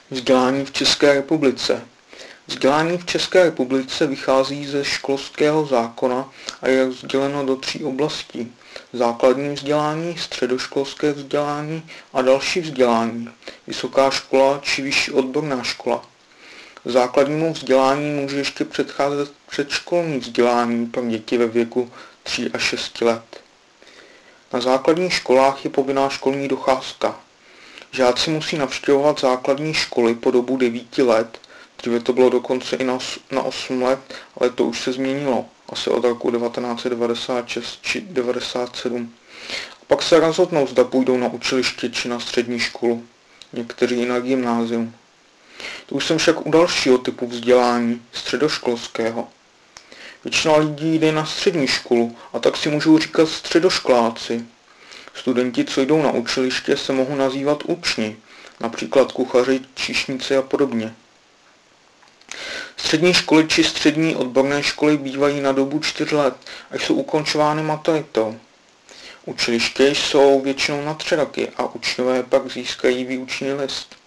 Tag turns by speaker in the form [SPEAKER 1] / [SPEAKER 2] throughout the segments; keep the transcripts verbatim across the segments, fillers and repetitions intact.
[SPEAKER 1] Vzdělání v České republice. Vzdělání v České republice vychází ze školského zákona a je rozděleno do tří oblastí. Základní vzdělání, středoškolské vzdělání a další vzdělání, vysoká škola či vyšší odborná škola. Základnímu vzdělání může ještě předcházet předškolní vzdělání pro děti ve věku tří až šesti let. Na základních školách je povinná školní docházka. Žáci musí navštěvovat základní školy po dobu devíti let, dříve to bylo dokonce i na osm let, ale to už se změnilo, asi od roku devatenáct set devadesát šest či devadesát sedm. A pak se rozhodnou, zda půjdou na učiliště či na střední školu, někteří i na gymnázium. To už jsem však u dalšího typu vzdělání, středoškolského. Většina lidí jde na střední školu a tak si můžou říkat středoškoláci. Studenti, co jdou na učiliště, se mohou nazývat učni, například kuchaři, číšníci a podobně. Střední školy či střední odborné školy bývají na dobu čtyř let, až jsou ukončovány maturitou. Učiliště jsou většinou na tři roky a učňové pak získají výuční list.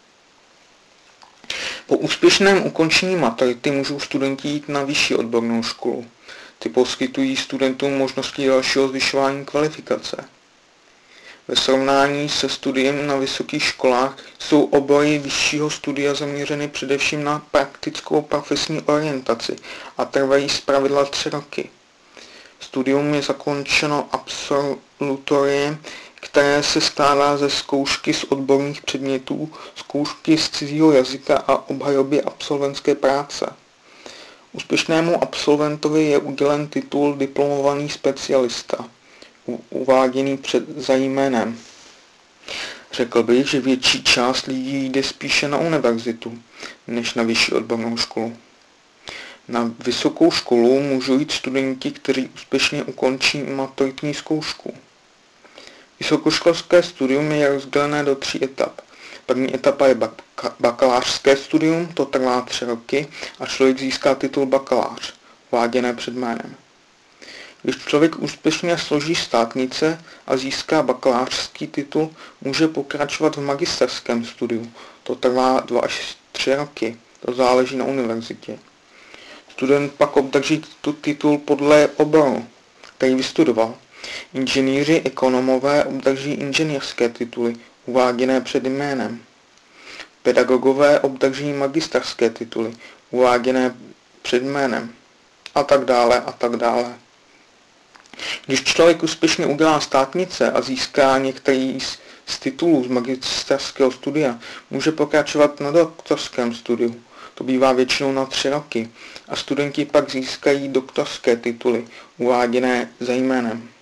[SPEAKER 1] Po úspěšném ukončení maturity můžou studenti jít na vyšší odbornou školu. Ty poskytují studentům možnosti dalšího zvyšování kvalifikace. Ve srovnání se studiem na vysokých školách jsou obory vyššího studia zaměřeny především na praktickou profesní orientaci a trvají zpravidla tři roky. Studium je zakončeno absolutoriem, které se skládá ze zkoušky z odborných předmětů, zkoušky z cizího jazyka a obhajoby absolventské práce. Úspěšnému absolventovi je udělen titul diplomovaný specialista, uváděný před za jménem. Řekl bych, že větší část lidí jde spíše na univerzitu, než na vyšší odbornou školu. Na vysokou školu můžou jít studenti, kteří úspěšně ukončí maturitní zkoušku. Vysokoškolské studium je rozdělené do tří etap. První etapa je bakalářské studium, to trvá tři roky a člověk získá titul bakalář, uváděné před jménem. Když člověk úspěšně složí státnice a získá bakalářský titul, může pokračovat v magisterském studiu, to trvá dva až tři roky, to záleží na univerzitě. Student pak obdrží titul podle oboru, který vystudoval. Inženýři, ekonomové obdrží inženýrské tituly, uváděné před jménem. Pedagogové obdrží magisterské tituly, uváděné před jménem. A tak dále, a tak dále. Když člověk úspěšně udělá státnice a získá některý z, z titulů z magisterského studia, může pokračovat na doktorském studiu. To bývá většinou na tři roky. A studenti pak získají doktorské tituly, uváděné za jménem.